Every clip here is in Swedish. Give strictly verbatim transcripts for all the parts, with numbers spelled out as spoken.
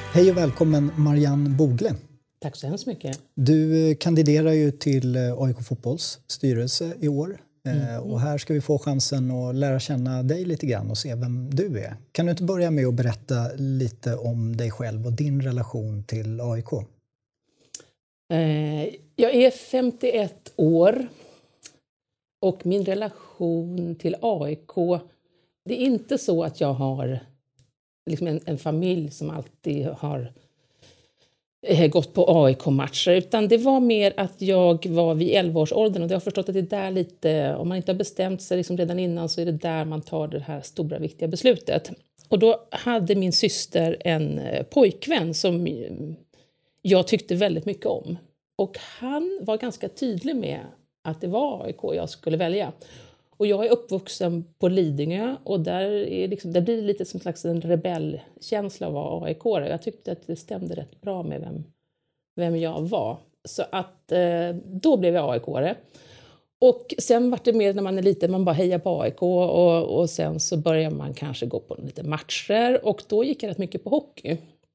Hej och välkommen Marianne Bogle. Tack så hemskt mycket. Du kandiderar ju till A I K Fotbolls styrelse i år. Mm. Och här ska vi få chansen att lära känna dig lite grann och se vem du är. Kan du inte börja med att berätta lite om dig själv och din relation till A I K? Jag är femtioett år och min relation till A I K, det är inte så att jag har liksom en, en familj som alltid har gått på A I K-matcher, utan det var mer att jag var vid elva-årsåldern och jag har förstått att det är där lite, om man inte har bestämt sig liksom redan innan, så är det där man tar det här stora viktiga beslutet. Och då hade min syster en pojkvän som jag tyckte väldigt mycket om. Och han var ganska tydlig med att det var A I K jag skulle välja. Och jag är uppvuxen på Lidingö och där, är liksom, där blir det lite som slags en rebellkänsla av att vara A I K. Jag tyckte att det stämde rätt bra med vem, vem jag var. Så att eh, då blev jag A I K-are. Och sen var det mer när man är liten, man bara hejar på A I K och, och sen så börjar man kanske gå på lite matcher och då gick jag rätt mycket på hockey.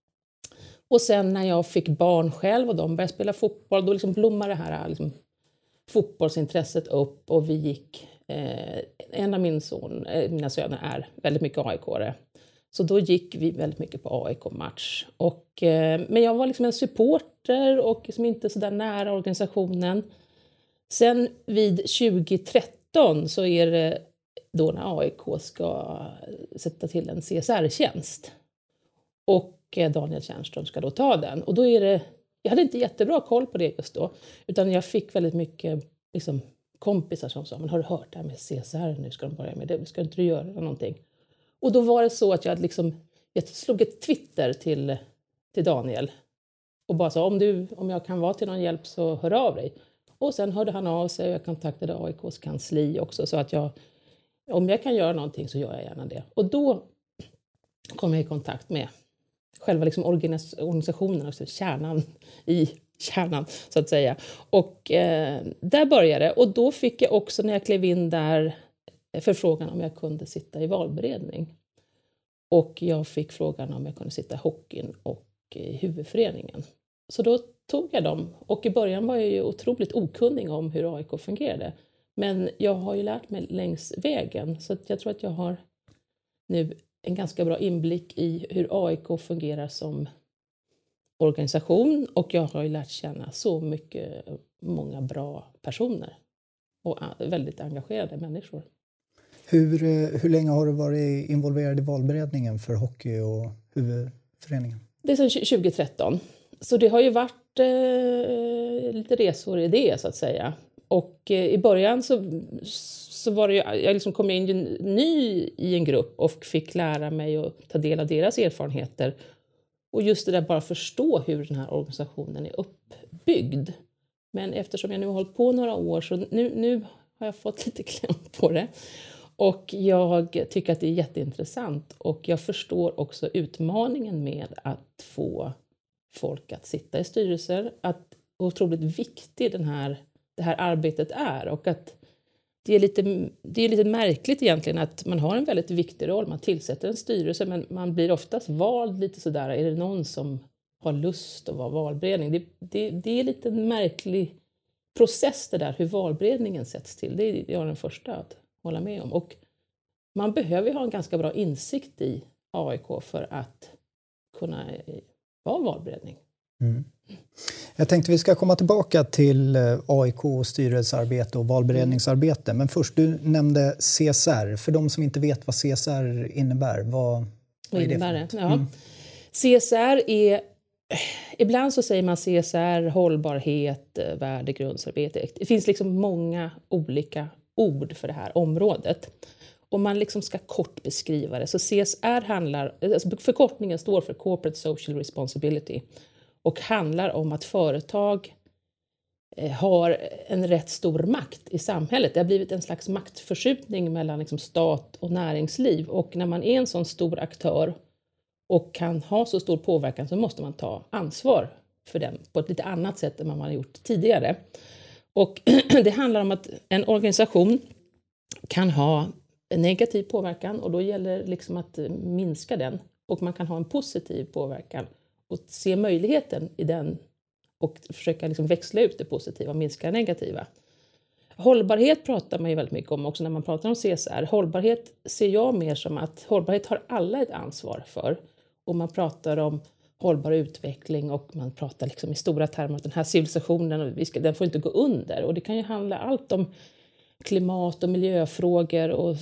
Och sen när jag fick barn själv och de började spela fotboll, då liksom blommade det här liksom, fotbollsintresset upp och vi gick. Eh, en av min son, eh, mina söner är väldigt mycket A I K-are. Så då gick vi väldigt mycket på A I K-match. Och, eh, men jag var liksom en supporter och liksom inte så där nära organisationen. Sen vid tjugo tretton så är det då när A I K ska sätta till en C S R-tjänst. Och eh, Daniel Tjärnström ska då ta den. Och då är det, jag hade inte jättebra koll på det just då. Utan jag fick väldigt mycket liksom, kompisar som sa, men har du hört det här med C S R, nu ska de börja med det, ska inte du göra någonting? Och då var det så att jag liksom, jag slog ett Twitter till, till Daniel och bara sa, om, du, om jag kan vara till någon hjälp så hör av dig. Och sen hörde han av sig och jag kontaktade A I K:s kansli också, så att jag, om jag kan göra någonting så gör jag gärna det. Och då kom jag i kontakt med själva liksom organisationen, alltså kärnan i kärnan så att säga. Och eh, där började det. Och då fick jag också när jag klev in där förfrågan om jag kunde sitta i valberedning. Och jag fick frågan om jag kunde sitta i hockeyn och i huvudföreningen. Så då tog jag dem. Och i början var jag ju otroligt okunnig om hur A I K fungerade. Men jag har ju lärt mig längs vägen. Så att jag tror att jag har nu en ganska bra inblick i hur A I K fungerar som organisation, och jag har ju lärt känna så mycket, många bra personer och väldigt engagerade människor. Hur, hur länge har du varit involverad i valberedningen för hockey och huvudföreningen? Det är sedan tjugo tretton, så det har ju varit eh, lite resor i det så att säga. Och eh, i början så, så var det ju, jag liksom kom in ny i en grupp och fick lära mig och ta del av deras erfarenheter. Och just det där bara förstå hur den här organisationen är uppbyggd. Men eftersom jag nu har hållit på några år så nu, nu har jag fått lite kläm på det. Och jag tycker att det är jätteintressant. Och jag förstår också utmaningen med att få folk att sitta i styrelser. Att otroligt viktig den här, det här arbetet är. Och att det är, lite, det är lite märkligt egentligen att man har en väldigt viktig roll. Man tillsätter en styrelse men man blir oftast vald lite sådär. Är det någon som har lust att vara valberedning? Det, det, det är lite en märklig process det där hur valberedningen sätts till. Det är jag den första att hålla med om. Och man behöver ha en ganska bra insikt i A I K för att kunna vara valberedning. Mm. Jag tänkte vi ska komma tillbaka till A I K, styrelsearbete och valberedningsarbete. Men först, du nämnde C S R. För de som inte vet vad C S R innebär, vad, vad är det för något? Ja. Mm. C S R är, ibland så säger man C S R, hållbarhet, värdegrundsarbete. Det finns liksom många olika ord för det här området. Om man liksom ska kort beskriva det, så C S R handlar, alltså förkortningen står för Corporate Social Responsibility. Och handlar om att företag har en rätt stor makt i samhället. Det har blivit en slags maktförskjutning mellan liksom stat och näringsliv. Och när man är en sån stor aktör och kan ha så stor påverkan så måste man ta ansvar för den på ett lite annat sätt än man har gjort tidigare. Och det handlar om att en organisation kan ha en negativ påverkan och då gäller det liksom att minska den. Och man kan ha en positiv påverkan och se möjligheten i den och försöka liksom växla ut det positiva och minska det negativa. Hållbarhet pratar man ju väldigt mycket om också när man pratar om C S R. Hållbarhet ser jag mer som att hållbarhet har alla ett ansvar för. Och man pratar om hållbar utveckling och man pratar liksom i stora termer att den här civilisationen, vi ska, den får inte gå under. Och det kan ju handla allt om klimat- och miljöfrågor och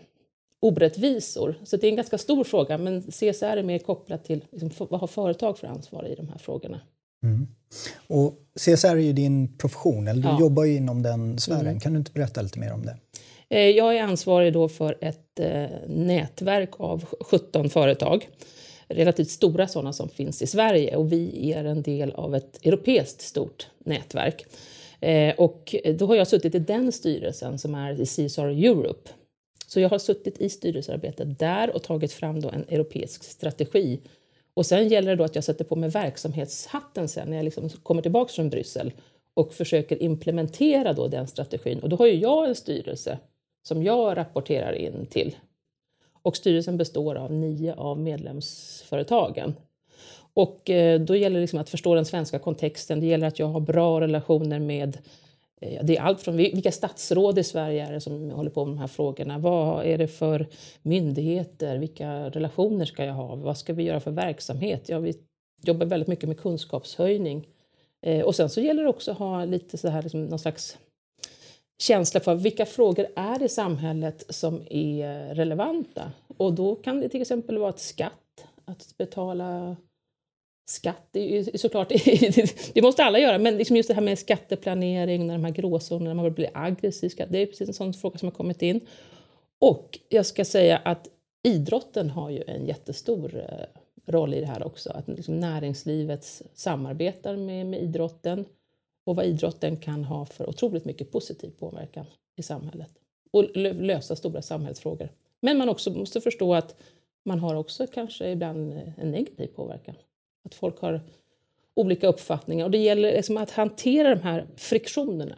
orättvisor. Så det är en ganska stor fråga, men C S R är mer kopplat till liksom, vad har företag för ansvar i de här frågorna. Mm. Och C S R är ju din profession, eller du ja. jobbar ju inom den sfären. Mm. Kan du inte berätta lite mer om det? Jag är ansvarig då för ett eh, nätverk av sjutton företag. Relativt stora sådana som finns i Sverige och vi är en del av ett europeiskt stort nätverk. Eh, och då har jag suttit i den styrelsen som är i C S R Europe. Så jag har suttit i styrelsearbetet där och tagit fram då en europeisk strategi. Och sen gäller det då att jag sätter på mig verksamhetshatten sen när jag liksom kommer tillbaka från Bryssel och försöker implementera då den strategin. Och då har ju jag en styrelse som jag rapporterar in till. Och styrelsen består av nio av medlemsföretagen. Och eh, då gäller det liksom att förstå den svenska kontexten. Det gäller att jag har bra relationer med, eh, det är allt från vilka statsråd i Sverige är det som håller på med de här frågorna. Vad är det för myndigheter? Vilka relationer ska jag ha? Vad ska vi göra för verksamhet? Ja, vi jobbar väldigt mycket med kunskapshöjning. Eh, och sen så gäller det också att ha lite så här liksom någon slags känsla för vilka frågor är det i samhället som är relevanta. Och då kan det till exempel vara ett skatt, att betala skatt. Det är såklart, det måste alla göra, men liksom just det här med skatteplanering, när de här gråzonerna, när man blir aggressiv, det är precis en sån fråga som har kommit in. Och jag ska säga att idrotten har ju en jättestor roll i det här också. Att liksom näringslivet samarbetar med, med idrotten. Och vad idrotten kan ha för otroligt mycket positiv påverkan i samhället. Och lösa stora samhällsfrågor. Men man också måste förstå att man har också kanske ibland en negativ påverkan. Att folk har olika uppfattningar. Och det gäller liksom att hantera de här friktionerna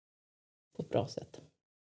på ett bra sätt.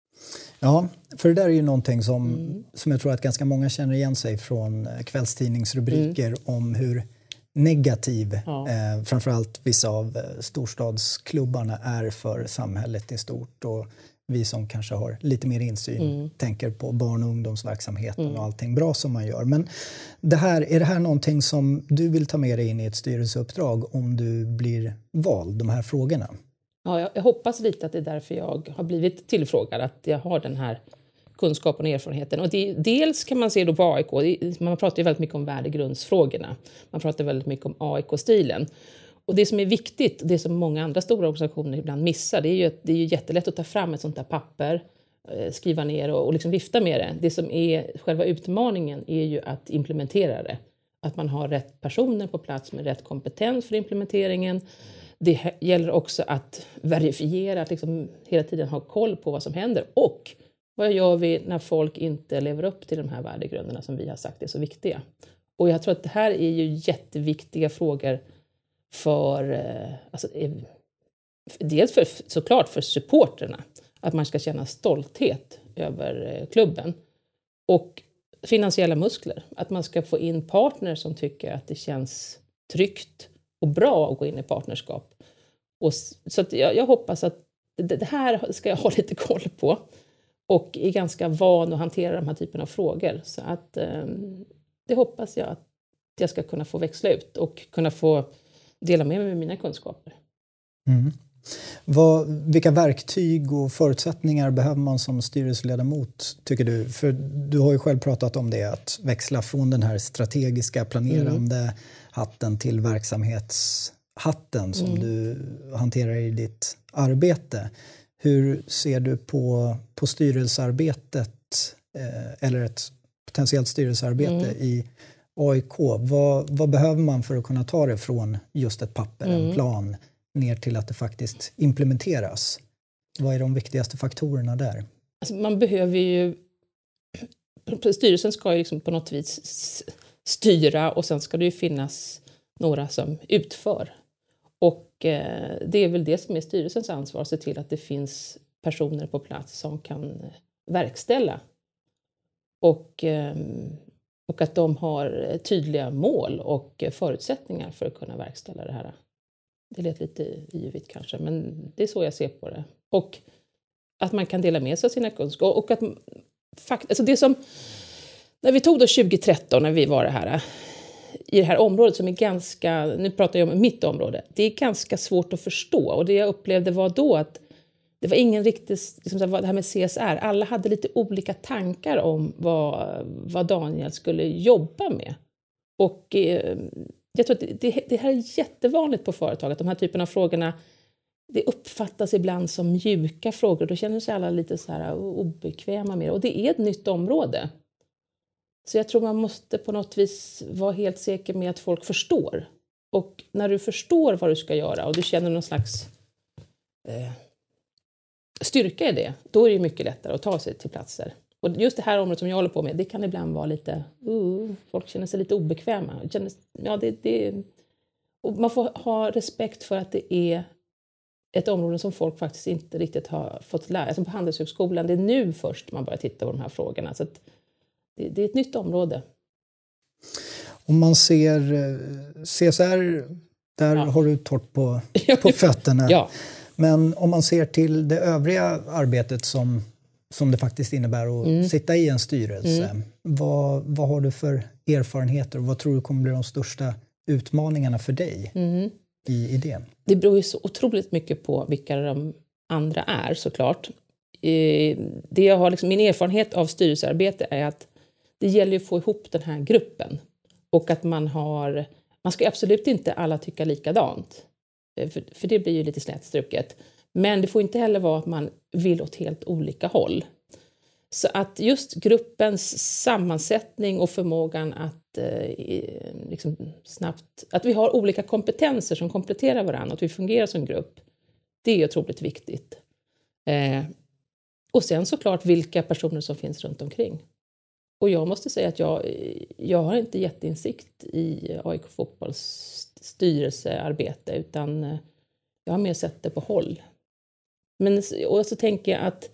Ja, för det där är ju någonting som, Mm. som jag tror att ganska många känner igen sig från kvällstidningsrubriker mm. om hur negativ, ja. eh, framförallt vissa av storstadsklubbarna är för samhället i stort, och vi som kanske har lite mer insyn mm. tänker på barn- och ungdomsverksamheten mm. och allting bra som man gör. Men det här, är det här någonting som du vill ta med dig in i ett styrelseuppdrag om du blir vald, de här frågorna? Ja, jag, jag hoppas lite att det är därför jag har blivit tillfrågad, att jag har den här kunskapen och erfarenheten. Och det, dels kan man se då på A I K, det, man pratar ju väldigt mycket om värdegrundsfrågorna. Man pratar väldigt mycket om A I K-stilen. Och det som är viktigt, det som många andra stora organisationer ibland missar, det är ju att det är ju jättelätt att ta fram ett sånt där papper, skriva ner och, och liksom vifta med det. Det som är själva utmaningen är ju att implementera det. Att man har rätt personer på plats med rätt kompetens för implementeringen. Det gäller också att verifiera, att liksom hela tiden ha koll på vad som händer. Och vad gör vi när folk inte lever upp till de här värdegrunderna som vi har sagt är så viktiga? Och jag tror att det här är ju jätteviktiga frågor för, alltså, dels för, såklart för supporterna, att man ska känna stolthet över klubben. Och finansiella muskler, att man ska få in partner som tycker att det känns tryggt och bra att gå in i partnerskap. Och, så att jag, jag hoppas att det, det här ska jag ha lite koll på. Och är ganska van att hantera de här typen av frågor. Så att eh, det hoppas jag att jag ska kunna få växla ut och kunna få dela med mig med mina kunskaper. Mm. Vad, vilka verktyg och förutsättningar behöver man som styrelseledamot, tycker du? För du har ju själv pratat om det, att växla från den här strategiska planerande mm. hatten till verksamhetshatten som mm. du hanterar i ditt arbete. Hur ser du på, på styrelsearbetet eh, eller ett potentiellt styrelsearbete mm. i A I K? Vad, vad behöver man för att kunna ta det från just ett papper, mm. en plan, ner till att det faktiskt implementeras? Vad är de viktigaste faktorerna där? Alltså man behöver ju... Styrelsen ska ju liksom på något vis styra, och sen ska det ju finnas några som utför. Och eh, det är väl det som är styrelsens ansvar, att se till att det finns personer på plats som kan verkställa. Och eh, Och att de har tydliga mål och förutsättningar för att kunna verkställa det här. Det lät lite yvigt kanske, men det är så jag ser på det. Och att man kan dela med sig av sina kunskaper. Och att fakt- alltså det som, när vi tog då tjugo tretton, när vi var det här, i det här området som är ganska, nu pratar jag om mitt område, det är ganska svårt att förstå. Och det jag upplevde var då att det var ingen riktigt, liksom det här med C S R, alla hade lite olika tankar om vad, vad Daniel skulle jobba med. Och eh, jag tror att det, det, det här är jättevanligt på företaget, de här typen av frågorna, det uppfattas ibland som mjuka frågor, då känner sig alla lite så här obekväma med det. Och det är ett nytt område. Så jag tror man måste på något vis vara helt säker med att folk förstår. Och när du förstår vad du ska göra och du känner någon slags eh, styrka i det, då är det mycket lättare att ta sig till platser. Och just det här området som jag håller på med, det kan ibland vara lite, uh, folk känner sig lite obekväma. Känner, ja, det, det, och man får ha respekt för att det är ett område som folk faktiskt inte riktigt har fått lära. Alltså på Handelshögskolan, det är nu först man börjar titta på de här frågorna. Så att det, det är ett nytt område. Om man ser C S R, där ja. Har du torrt på, på fötterna. Ja. Men om man ser till det övriga arbetet som, som det faktiskt innebär att mm. sitta i en styrelse. Mm. Vad, vad har du för erfarenheter och vad tror du kommer bli de största utmaningarna för dig mm. i idén? Det beror ju så otroligt mycket på vilka de andra är, såklart. Det jag har liksom, min erfarenhet av styrelsearbete är att det gäller att få ihop den här gruppen. Och att man har, man ska absolut inte alla tycka likadant. För, för det blir ju lite slätstruket. Men det får inte heller vara att man vill åt helt olika håll. Så att just gruppens sammansättning och förmågan att eh, liksom snabbt, att vi har olika kompetenser som kompletterar varandra, att vi fungerar som grupp, det är otroligt viktigt. Eh, och sen såklart vilka personer som finns runt omkring. Och jag måste säga att jag, jag har inte jätteinsikt i A I K Fotbolls styrelsearbete, utan jag har mer sett det på håll. Men och så tänker jag att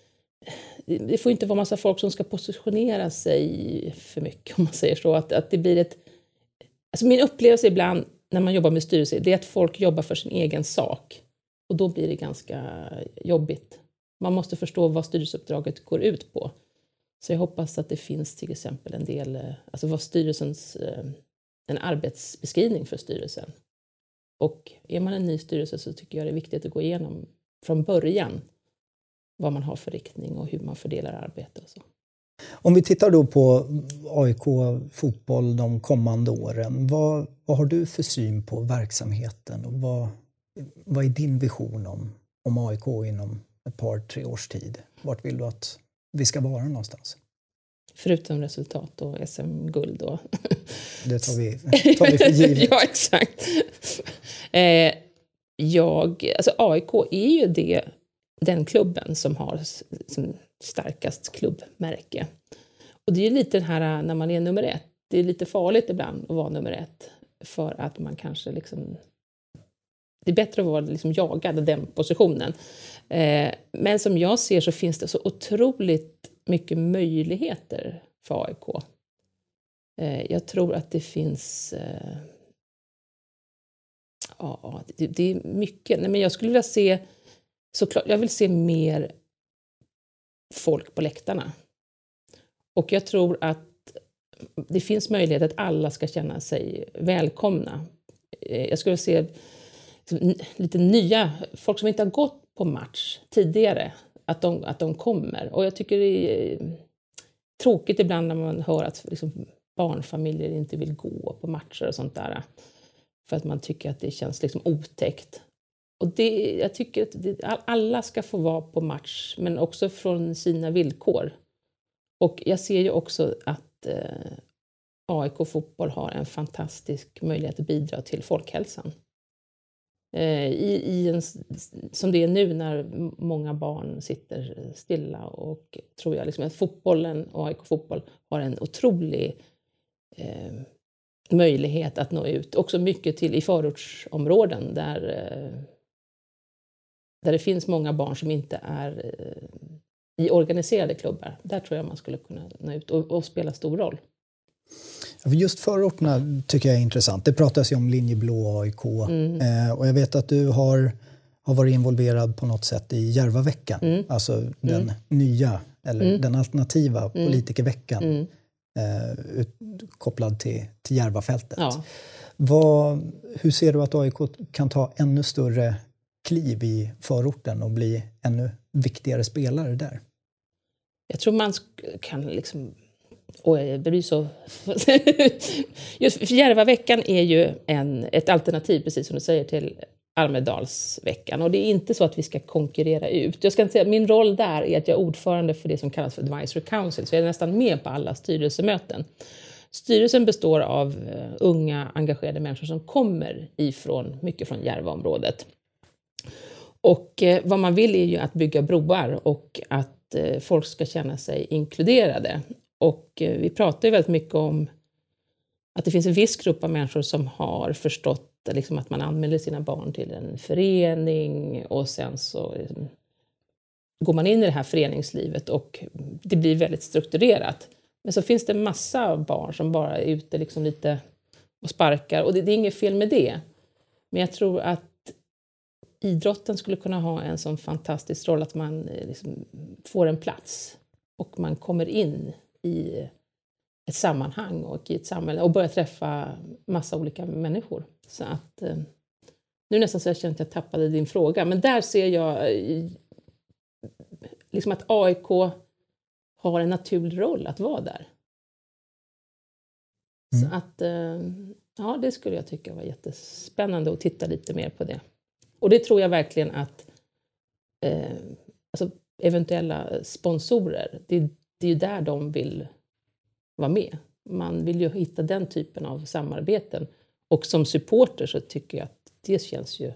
det får inte vara massa folk som ska positionera sig för mycket, om man säger så. Att, att det blir ett, alltså min upplevelse ibland när man jobbar med styrelse, det är att folk jobbar för sin egen sak. Och då blir det ganska jobbigt. Man måste förstå vad styrelseuppdraget går ut på. Så jag hoppas att det finns till exempel en del, alltså vad styrelsens, en arbetsbeskrivning för styrelsen. Och är man en ny styrelse så tycker jag det är viktigt att gå igenom från början vad man har för riktning och hur man fördelar arbete och så. Om vi tittar då på A I K Fotboll de kommande åren, vad, vad har du för syn på verksamheten och vad, vad är din vision om, om A I K inom ett par, tre års tid? Vart vill du att vi ska vara någonstans? Förutom resultat och S M-guld då. Det tar vi, tar vi för givet. Ja, exakt. Eh, jag, alltså A I K är ju det, den klubben som har som starkast klubbmärke. Och det är ju lite den här när man är nummer ett. Det är lite farligt ibland att vara nummer ett. För att man kanske liksom... Det är bättre att vara liksom jagad i den positionen. Eh, men som jag ser så finns det så otroligt mycket möjligheter för A I K. Eh, jag tror att det finns... Eh, ja, det, det är mycket. Nej, men jag skulle vilja se... Såklart, jag vill se mer folk på läktarna. Och jag tror att det finns möjlighet att alla ska känna sig välkomna. Jag skulle se lite nya, folk som inte har gått på match tidigare, att de, att de kommer. Och jag tycker det är tråkigt ibland när man hör att liksom barnfamiljer inte vill gå på matcher och sånt där. För att man tycker att det känns liksom otäckt. Och det, jag tycker att det, alla ska få vara på match, men också från sina villkor. Och jag ser ju också att eh, A I K Fotboll har en fantastisk möjlighet att bidra till folkhälsan. Eh, i, i en, som det är nu när många barn sitter stilla, och tror jag liksom att fotbollen, A I K Fotboll har en otrolig eh, möjlighet att nå ut. Också mycket till i förortsområden där eh, där det finns många barn som inte är eh, i organiserade klubbar. Där tror jag man skulle kunna nå ut och, och spela stor roll. Just förorterna tycker jag är intressant. Det pratas ju om Linjeblå och A I K. Mm. Eh, och jag vet att du har, har varit involverad på något sätt i Järvaveckan. Mm. Alltså den mm. nya, eller mm. den alternativa mm. politikerveckan. Mm. Eh, ut, kopplad till, till Järvafältet. Ja. Vad, hur ser du att A I K kan ta ännu större kliv i förorten och bli ännu viktigare spelare där? Jag tror man kan liksom... Och det blir så... Just Järvaveckan är ju en, ett alternativ, precis som du säger, till Almedalsveckan. Och det är inte så att vi ska konkurrera ut. Jag ska inte säga, min roll där är att jag är ordförande för det som kallas för Advisory Council. Så jag är nästan med på alla styrelsemöten. Styrelsen består av unga, engagerade människor som kommer ifrån, mycket från Järvaområdet. Och eh, vad man vill är ju att bygga broar och att eh, folk ska känna sig inkluderade. Och eh, vi pratar ju väldigt mycket om att det finns en viss grupp av människor som har förstått liksom, att man anmäler sina barn till en förening och sen så liksom, går man in i det här föreningslivet och det blir väldigt strukturerat. Men så finns det en massa barn som bara är ute liksom lite och sparkar. Och det, det är inget fel med det. Men jag tror att idrotten skulle kunna ha en sån fantastisk roll att man liksom får en plats. Och man kommer in i ett sammanhang och i ett samhälle. Och börjar träffa massa olika människor. Så att, nu nästan så jag känner att jag tappade din fråga. Men där ser jag liksom att A I K har en naturlig roll att vara där. Mm. Så att, ja, det skulle jag tycka var jättespännande att titta lite mer på det. Och det tror jag verkligen att eh, alltså eventuella sponsorer, det, det är ju där de vill vara med. Man vill ju hitta den typen av samarbeten. Och som supporter så tycker jag att det känns ju...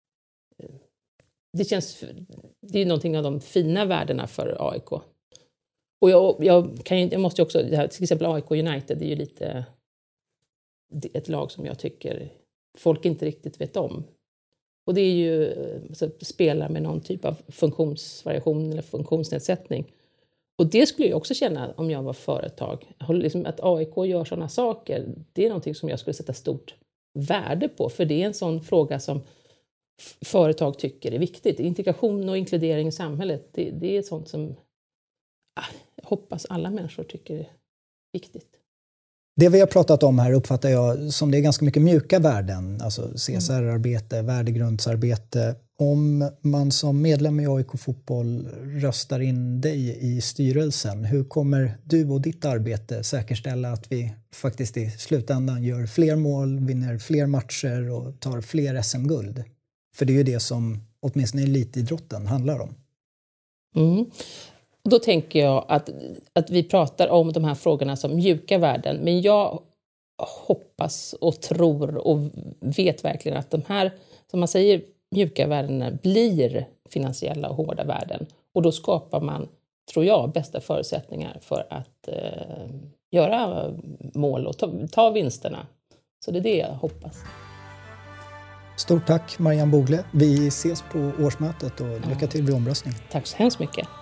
Det känns... Det är ju någonting av de fina värdena för A I K. Och jag, jag, kan ju, jag måste ju också... Till exempel A I K United, det är ju lite... ett lag som jag tycker folk inte riktigt vet om. Och det är ju alltså, spelare med någon typ av funktionsvariation eller funktionsnedsättning. Och det skulle jag också känna om jag var företag. Liksom att A I K gör sådana saker, det är någonting som jag skulle sätta stort värde på. För det är en sån fråga som f- företag tycker är viktigt. Integration och inkludering i samhället, det, det är sånt som ah, jag hoppas alla människor tycker är viktigt. Det vi har pratat om här uppfattar jag som det är ganska mycket mjuka värden, alltså C S R-arbete, mm. värdegrundsarbete. Om man som medlem i A I K Fotboll röstar in dig i styrelsen, hur kommer du och ditt arbete säkerställa att vi faktiskt i slutändan gör fler mål, vinner fler matcher och tar fler S M-guld? För det är ju det som åtminstone elitidrotten handlar om. Mm. Och då tänker jag att, att vi pratar om de här frågorna som mjuka värden. Men jag hoppas och tror och vet verkligen att de här, som man säger, mjuka värdena blir finansiella och hårda värden. Och då skapar man, tror jag, bästa förutsättningar för att eh, göra mål och ta, ta vinsterna. Så det är det jag hoppas. Stort tack Marianne Bogle. Vi ses på årsmötet och lycka till vid omröstningen. Tack så hemskt mycket.